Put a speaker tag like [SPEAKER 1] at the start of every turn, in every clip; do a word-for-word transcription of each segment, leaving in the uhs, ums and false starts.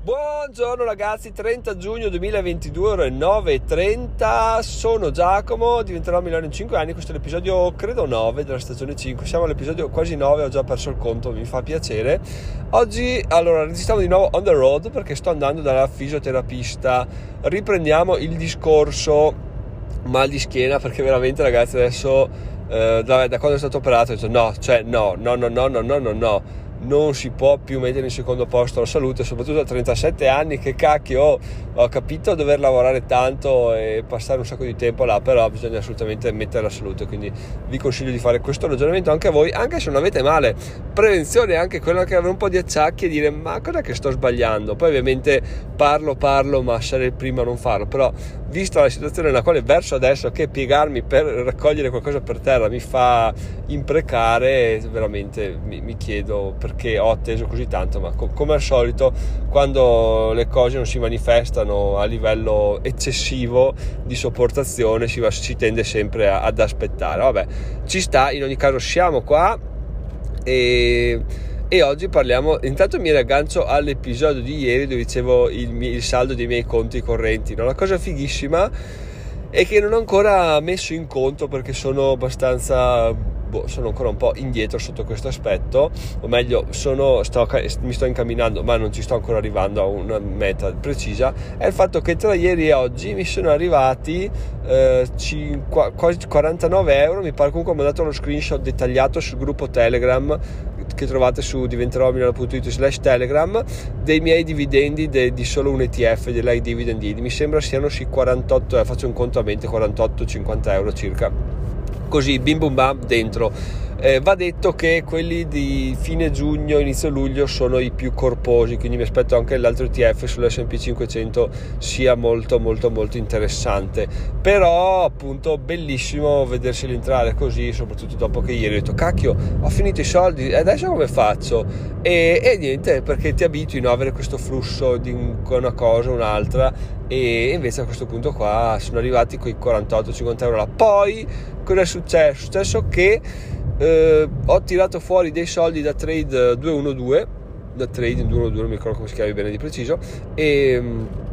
[SPEAKER 1] Buongiorno ragazzi, trenta giugno duemilaventidue, ore nove e trenta, sono Giacomo, diventerò milionario in cinque anni, questo è l'episodio credo nove della stagione cinque, siamo all'episodio quasi nove, ho già perso il conto, mi fa piacere. Oggi, allora, registriamo di nuovo on the road perché sto andando dalla fisioterapista, riprendiamo il discorso mal di schiena perché veramente ragazzi adesso, eh, da, da quando è stato operato ho detto no, cioè no, no, no, no, no, no, no, no. Non si può più mettere in secondo posto la salute, soprattutto a trentasette anni, che cacchio, ho, ho capito dover lavorare tanto e passare un sacco di tempo là, però bisogna assolutamente mettere la salute, quindi vi consiglio di fare questo ragionamento anche a voi, anche se non avete male. Prevenzione è anche quella che avere un po' di acciacchi e dire ma cos'è che sto sbagliando, poi ovviamente parlo parlo ma sarei il primo a non farlo, però vista la situazione nella quale verso adesso, che piegarmi per raccogliere qualcosa per terra mi fa imprecare, veramente mi, mi chiedo perché ho atteso così tanto, ma co- come al solito quando le cose non si manifestano a livello eccessivo di sopportazione si, va, si tende sempre a, ad aspettare. Vabbè, ci sta, in ogni caso siamo qua e... E oggi parliamo, intanto mi raggancio all'episodio di ieri dove dicevo il, mio, il saldo dei miei conti correnti, no? La cosa fighissima è che non ho ancora messo in conto perché sono abbastanza, boh, sono ancora un po' indietro sotto questo aspetto, o meglio sono, sto, mi sto incamminando ma non ci sto ancora arrivando a una meta precisa, è il fatto che tra ieri e oggi mi sono arrivati eh, cinque, quasi quarantanove euro, mi pare. Comunque mi ha dato lo screenshot dettagliato sul gruppo Telegram che trovate su diventerò milionario punto it slash telegram dei miei dividendi de, di solo un E T F dell'I Dividend Yield, mi sembra siano sui quarantotto, eh, faccio un conto a mente, quarantotto cinquanta euro circa, così bim bum bam dentro. Eh, va detto che quelli di fine giugno, inizio luglio sono i più corposi, quindi mi aspetto anche l'altro E T F sull'S and P cinquecento sia molto molto molto interessante, però appunto bellissimo vederseli entrare così, soprattutto dopo che ieri ho detto cacchio ho finito i soldi e adesso come faccio? E, e niente, perché ti abitui, no, a avere questo flusso di una cosa o un'altra, e invece a questo punto qua sono arrivati quei quarantotto cinquanta euro là. Poi cosa è successo? È successo che Uh, ho tirato fuori dei soldi da trade duecentonodue, da trading duecentonodue, non mi ricordo come si chiama bene di preciso, e,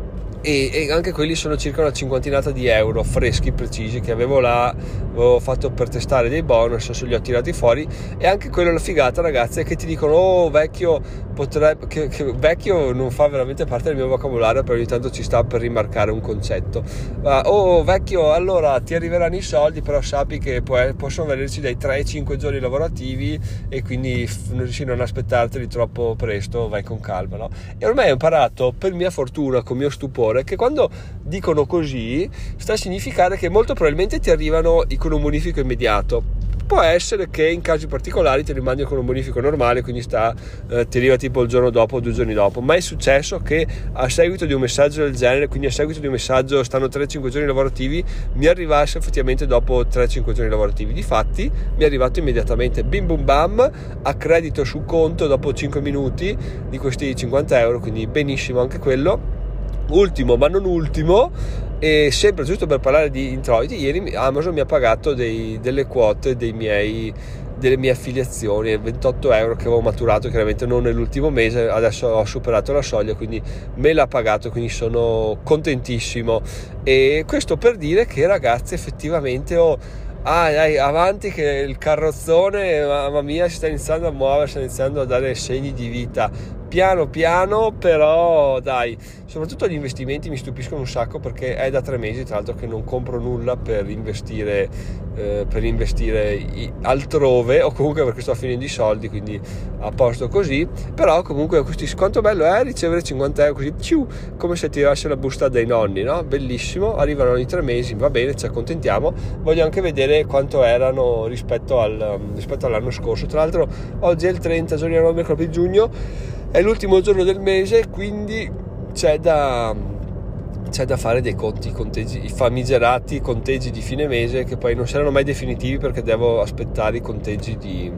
[SPEAKER 1] e, e anche quelli sono circa una cinquantinata di euro freschi precisi che avevo là, avevo fatto per testare dei bonus, adesso li ho tirati fuori. E anche quello, la figata ragazzi, è che ti dicono oh vecchio potrebbe, che, che vecchio non fa veramente parte del mio vocabolario, però ogni tanto ci sta per rimarcare un concetto. Uh, oh vecchio, allora ti arriveranno i soldi, però sappi che può, possono venirci dai tre ai cinque giorni lavorativi e quindi f- non aspettarteli troppo presto, vai con calma, no? E ormai ho imparato, per mia fortuna, con mio stupore, che quando dicono così sta a significare che molto probabilmente ti arrivano con un bonifico immediato. Può essere che in casi particolari ti rimandi con un bonifico normale, quindi sta, eh, ti arriva tipo il giorno dopo o due giorni dopo, ma è successo che a seguito di un messaggio del genere, quindi a seguito di un messaggio stanno tre cinque giorni lavorativi, mi arrivasse effettivamente dopo tre cinque giorni lavorativi. Difatti mi è arrivato immediatamente, bim bum bam, a credito sul conto dopo cinque minuti di questi cinquanta euro, quindi benissimo anche quello. Ultimo ma non ultimo, e sempre giusto per parlare di introiti, ieri Amazon mi ha pagato dei, delle quote dei miei, delle mie affiliazioni, ventotto euro che avevo maturato chiaramente non nell'ultimo mese, adesso ho superato la soglia, quindi me l'ha pagato, quindi sono contentissimo. E questo per dire che ragazzi effettivamente ho Ah, dai, avanti che il carrozzone, mamma mia, si sta iniziando a muovere, sta iniziando a dare segni di vita, piano piano, però dai, soprattutto gli investimenti mi stupiscono un sacco perché è da tre mesi tra l'altro che non compro nulla per investire, eh, per investire altrove, o comunque perché sto finendo i soldi, quindi a posto così. Però comunque questi, quanto bello è ricevere cinquanta euro così, ciu, come se tirasse la busta dai nonni, no? Bellissimo, arrivano ogni tre mesi, va bene, ci accontentiamo. Voglio anche vedere quanto erano rispetto, al, rispetto all'anno scorso. Tra l'altro oggi è il trenta, giorno mercoledì di giugno, è l'ultimo giorno del mese, quindi c'è da, c'è da fare dei conti, conteggi, i famigerati conteggi di fine mese, che poi non saranno mai definitivi perché devo aspettare i conteggi di,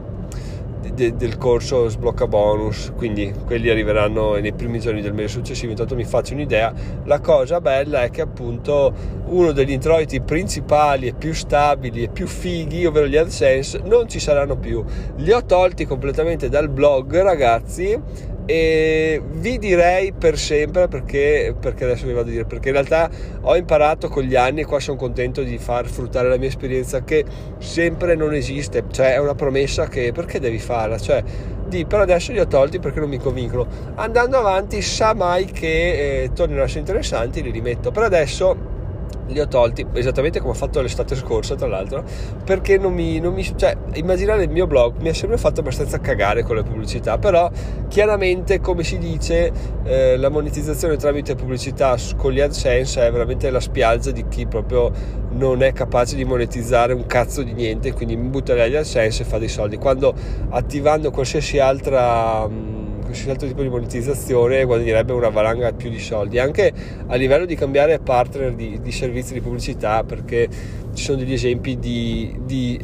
[SPEAKER 1] de, del corso sblocca bonus, quindi quelli arriveranno nei primi giorni del mese successivo. Intanto mi faccio un'idea. La cosa bella è che appunto uno degli introiti principali e più stabili e più fighi, ovvero gli AdSense, non ci saranno più. Li ho tolti completamente dal blog, ragazzi, e vi direi per sempre, perché, perché adesso vi vado a dire, perché in realtà ho imparato con gli anni, e qua sono contento di far fruttare la mia esperienza, che sempre non esiste, cioè è una promessa che perché devi farla, cioè di per adesso li ho tolti perché non mi convincono, andando avanti sa mai che eh, tornino a essere interessanti, li rimetto. Per adesso li ho tolti, esattamente come ho fatto l'estate scorsa tra l'altro, perché non mi, non mi cioè immaginare il mio blog mi ha sempre fatto abbastanza cagare con le pubblicità, però chiaramente, come si dice, eh, la monetizzazione tramite pubblicità con gli AdSense è veramente la spiaggia di chi proprio non è capace di monetizzare un cazzo di niente, quindi mi butta gli AdSense e fa dei soldi, quando attivando qualsiasi altra mh, qualsiasi altro tipo di monetizzazione guadagnerebbe una valanga più di soldi, anche a livello di cambiare partner di, di servizi di pubblicità, perché ci sono degli esempi di, di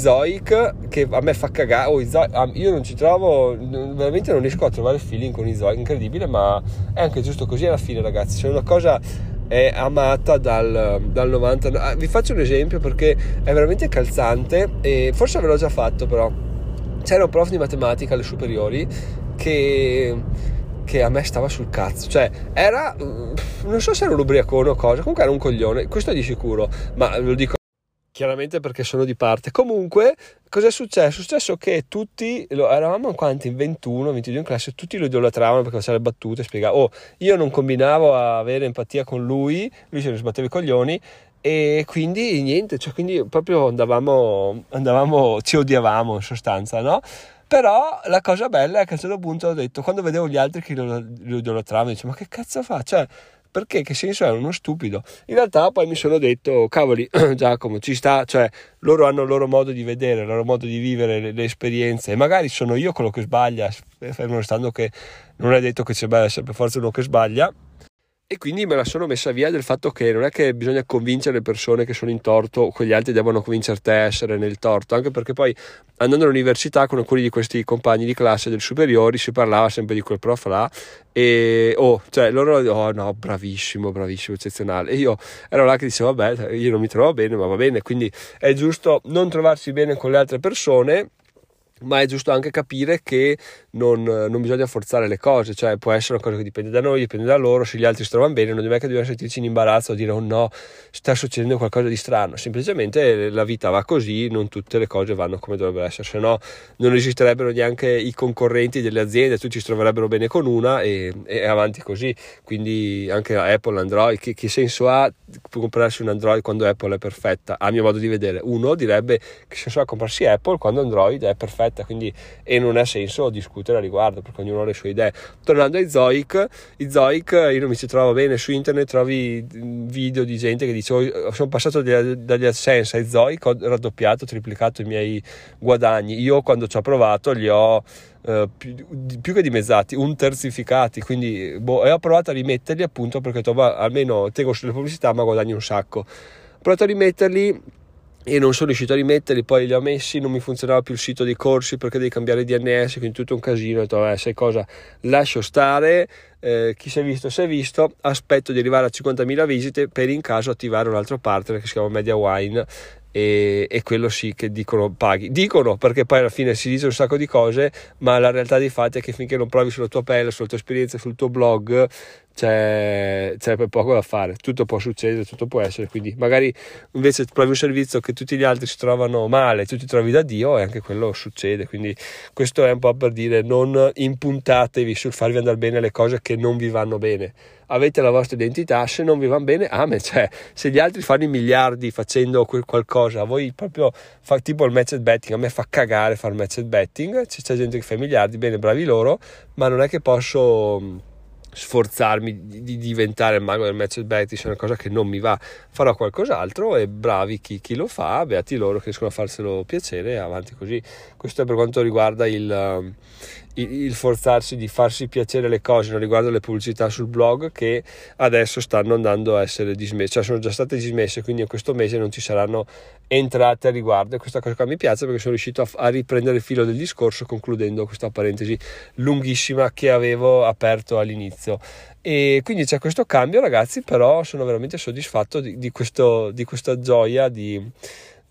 [SPEAKER 1] Ezoic che a me fa cagare. oh, Ezoic, io non ci trovo, veramente non riesco a trovare feeling con Ezoic, incredibile, ma è anche giusto così alla fine, ragazzi. Se una cosa è amata dal, dal novanta, ah, vi faccio un esempio perché è veramente calzante, e forse ve l'ho già fatto, però c'era un prof di matematica alle superiori che, che a me stava sul cazzo, cioè era, non so se era un ubriacone o cosa, comunque era un coglione, questo è di sicuro, ma lo dico chiaramente perché sono di parte. Comunque cosa è successo? È successo che tutti, lo, eravamo quanti, in ventuno ventidue in classe, tutti lo idolatravano perché faceva le battute, spiegava, oh, io non combinavo a avere empatia con lui, lui se ne sbatteva i coglioni, e quindi niente, cioè quindi proprio andavamo, andavamo ci odiavamo in sostanza, no? Però la cosa bella è che a un certo punto ho detto, quando vedevo gli altri che lo, lo idolatravano, dicevo, ma che cazzo fa? Cioè, perché? Che senso è? Uno stupido. In realtà poi mi sono detto, cavoli, Giacomo, ci sta, cioè loro hanno il loro modo di vedere, il loro modo di vivere le, le esperienze, e magari sono io quello che sbaglia, fermo restando che non è detto che ci debba essere per forza uno che sbaglia. E quindi me la sono messa via del fatto che non è che bisogna convincere le persone che sono in torto o quegli altri devono convincere te a essere nel torto, anche perché poi andando all'università con alcuni di questi compagni di classe del superiori si parlava sempre di quel prof là, e oh, cioè loro, oh no, bravissimo, bravissimo, eccezionale, e io ero là che dicevo, vabbè, io non mi trovo bene, ma va bene, quindi è giusto non trovarsi bene con le altre persone, ma è giusto anche capire che non, non bisogna forzare le cose, cioè può essere una cosa che dipende da noi, dipende da loro, se gli altri si trovano bene non è che dobbiamo sentirci in imbarazzo a dire oh no, sta succedendo qualcosa di strano, semplicemente la vita va così, non tutte le cose vanno come dovrebbero essere, se no non esisterebbero neanche i concorrenti delle aziende, tutti si troverebbero bene con una e, e avanti così, quindi anche Apple, Android, che, che senso ha comprarsi un Android quando Apple è perfetta? A mio modo di vedere, uno direbbe che senso ha comprarsi Apple quando Android è perfetta, quindi e non ha senso discutere a riguardo perché ognuno ha le sue idee. Tornando ai Zoic, i Zoic io non mi ci trovo bene, su internet trovi video di gente che dice oh, sono passato dagli AdSense ai Zoic, ho raddoppiato, triplicato i miei guadagni. Io quando ci ho provato li ho Uh, più, più che dimezzati, un terzificati, quindi boh, e ho provato a rimetterli appunto perché to, almeno tengo sulle pubblicità ma guadagno un sacco. Ho provato a rimetterli e non sono riuscito a rimetterli, poi li ho messi, non mi funzionava più il sito dei corsi perché devi cambiare D N S, quindi tutto un casino. Ho detto, eh, sai cosa, lascio stare, eh, chi si è visto si è visto, aspetto di arrivare a cinquantamila visite per in caso attivare un altro partner che si chiama MediaWine, e, e quello sì che dicono paghi, dicono perché poi alla fine si dice un sacco di cose, ma la realtà dei fatti è che finché non provi sulla tua pelle, sulla tua esperienza, sul tuo blog, c'è, c'è poco da fare, tutto può succedere, tutto può essere, quindi magari invece provi un servizio che tutti gli altri si trovano male, tu ti trovi da Dio e anche quello succede, quindi questo è un po' per dire non impuntatevi sul farvi andare bene le cose che non vi vanno bene, avete la vostra identità, se non vi vanno bene, amen, cioè se gli altri fanno i miliardi facendo quel qualcosa, a voi proprio fa tipo il match betting, a me fa cagare fare il match betting, c'è gente che fa i miliardi, bene, bravi loro, ma non è che posso sforzarmi di, di diventare il mago del match betting, è una cosa che non mi va, farò qualcos'altro e bravi chi, chi lo fa, beati loro che riescono a farselo piacere e avanti così. Questo è per quanto riguarda il, il, il forzarsi di farsi piacere le cose, non riguardo le pubblicità sul blog che adesso stanno andando a essere dismesse, cioè sono già state dismesse, quindi in questo mese non ci saranno entrate a riguardo, e questa cosa qua mi piace perché sono riuscito a, a riprendere il filo del discorso concludendo questa parentesi lunghissima che avevo aperto all'inizio. E quindi c'è questo cambio, ragazzi, però sono veramente soddisfatto di, di, questo, di questa gioia di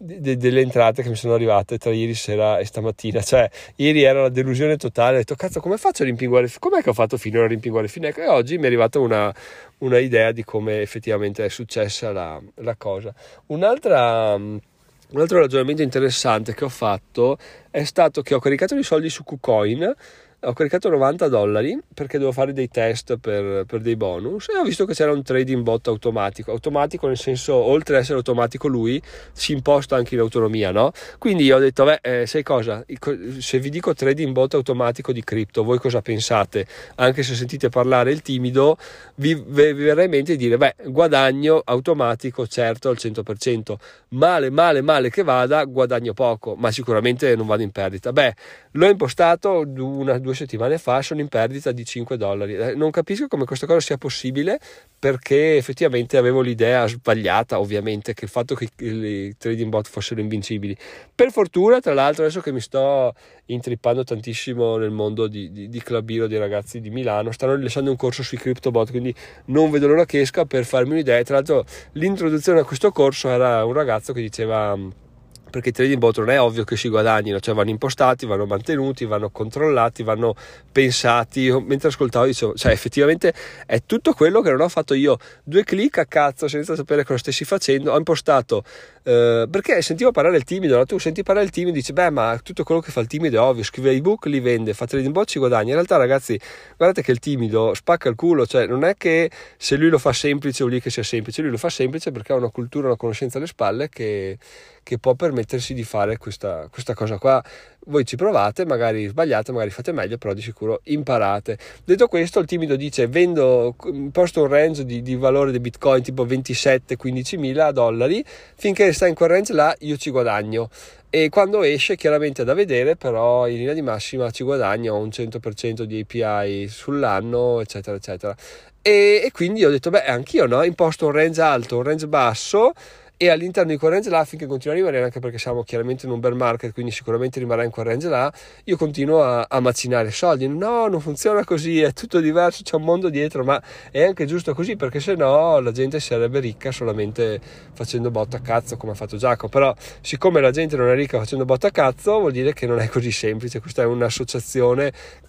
[SPEAKER 1] de, delle entrate che mi sono arrivate tra ieri sera e stamattina. Cioè ieri era la delusione totale, ho detto cazzo, come faccio a rimpinguare, com'è che ho fatto finora a rimpinguare Fineco? E oggi mi è arrivata una, una idea di come effettivamente è successa la, la cosa. Un'altra Un altro ragionamento interessante che ho fatto è stato che ho caricato i soldi su KuCoin, ho caricato novanta dollari perché devo fare dei test per, per dei bonus, e ho visto che c'era un trading bot automatico, automatico nel senso, oltre ad essere automatico lui si imposta anche in autonomia, no? Quindi ho detto, beh, eh, sai cosa, se vi dico trading bot automatico di cripto, voi cosa pensate? Anche se sentite parlare il timido, vi, vi verrà in mente di dire, beh, guadagno automatico certo al cento per cento, male male male che vada, guadagno poco, ma sicuramente non vado in perdita. Beh, l'ho impostato una due settimane fa, sono in perdita di cinque dollari. Eh, non capisco come questa cosa sia possibile, perché effettivamente avevo l'idea sbagliata, ovviamente, che il fatto che i trading bot fossero invincibili. Per fortuna, tra l'altro, adesso che mi sto intrippando tantissimo nel mondo di, di, di Clubiro, dei ragazzi di Milano, stanno rilasciando un corso sui CryptoBot, quindi non vedo l'ora che esca per farmi un'idea. Tra l'altro l'introduzione a questo corso era un ragazzo che diceva, perché i trading bot non è ovvio che si guadagnino, cioè vanno impostati, vanno mantenuti, vanno controllati, vanno pensati. Mentre ascoltavo dicevo, cioè effettivamente è tutto quello che non ho fatto io, due clic a cazzo senza sapere cosa stessi facendo. Ho impostato eh, perché sentivo parlare il timido, no? Tu senti parlare il timido e dici, beh, ma tutto quello che fa il timido è ovvio, scrive ebook, li vende, fa trading bot, ci guadagna. In realtà, ragazzi, guardate che il timido spacca il culo, cioè non è che se lui lo fa semplice vuol dire che sia semplice, lui lo fa semplice perché ha una cultura, una conoscenza alle spalle che che può permettersi di fare questa, questa cosa qua. Voi ci provate, magari sbagliate, magari fate meglio, però di sicuro imparate. Detto questo, il timido dice, vendo, posto un range di, di valore di Bitcoin tipo ventisette quindici mila dollari, finché sta in quel range là io ci guadagno, e quando esce chiaramente è da vedere, però in linea di massima ci guadagno un cento per cento di A P I sull'anno, eccetera eccetera. E, e quindi ho detto, beh, anch'io, no? Imposto un range alto, un range basso, e all'interno di quel range là, finché continua a rimanere, anche perché siamo chiaramente in un bear market, quindi sicuramente rimarrà in quel range là, io continuo a, a macinare soldi. No, non funziona così, è tutto diverso, c'è un mondo dietro, ma è anche giusto così, perché se no la gente sarebbe ricca solamente facendo botta a cazzo, come ha fatto Giacomo. Però siccome la gente non è ricca facendo botta a cazzo, vuol dire che non è così semplice. Questa è un'associazione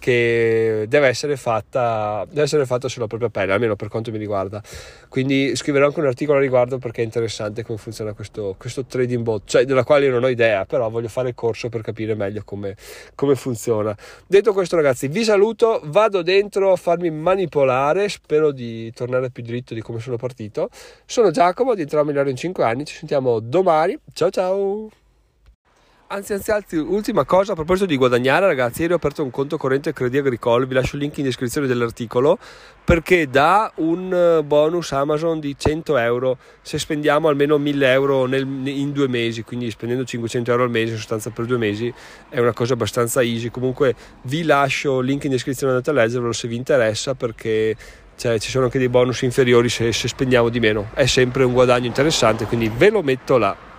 [SPEAKER 1] che deve essere fatta deve essere fatta sulla propria pelle, almeno per quanto mi riguarda. Quindi scriverò anche un articolo a riguardo, perché è interessante come funziona questo, questo trading bot, cioè della quale io non ho idea, però voglio fare il corso per capire meglio come, come funziona. Detto questo, ragazzi, vi saluto, vado dentro a farmi manipolare, spero di tornare più dritto di come sono partito. Sono Giacomo, diventerò milionario in cinque anni, ci sentiamo domani, ciao ciao! Anzi, anzi, anzi, ultima cosa, a proposito di guadagnare, ragazzi, ieri ho aperto un conto corrente Crédit Agricole, vi lascio il link in descrizione dell'articolo, perché dà un bonus Amazon di cento euro se spendiamo almeno mille euro nel, in due mesi, quindi spendendo cinquecento euro al mese in sostanza per due mesi è una cosa abbastanza easy. Comunque vi lascio il link in descrizione, andate a leggerlo se vi interessa, perché cioè, ci sono anche dei bonus inferiori se, se spendiamo di meno, è sempre un guadagno interessante, quindi ve lo metto là.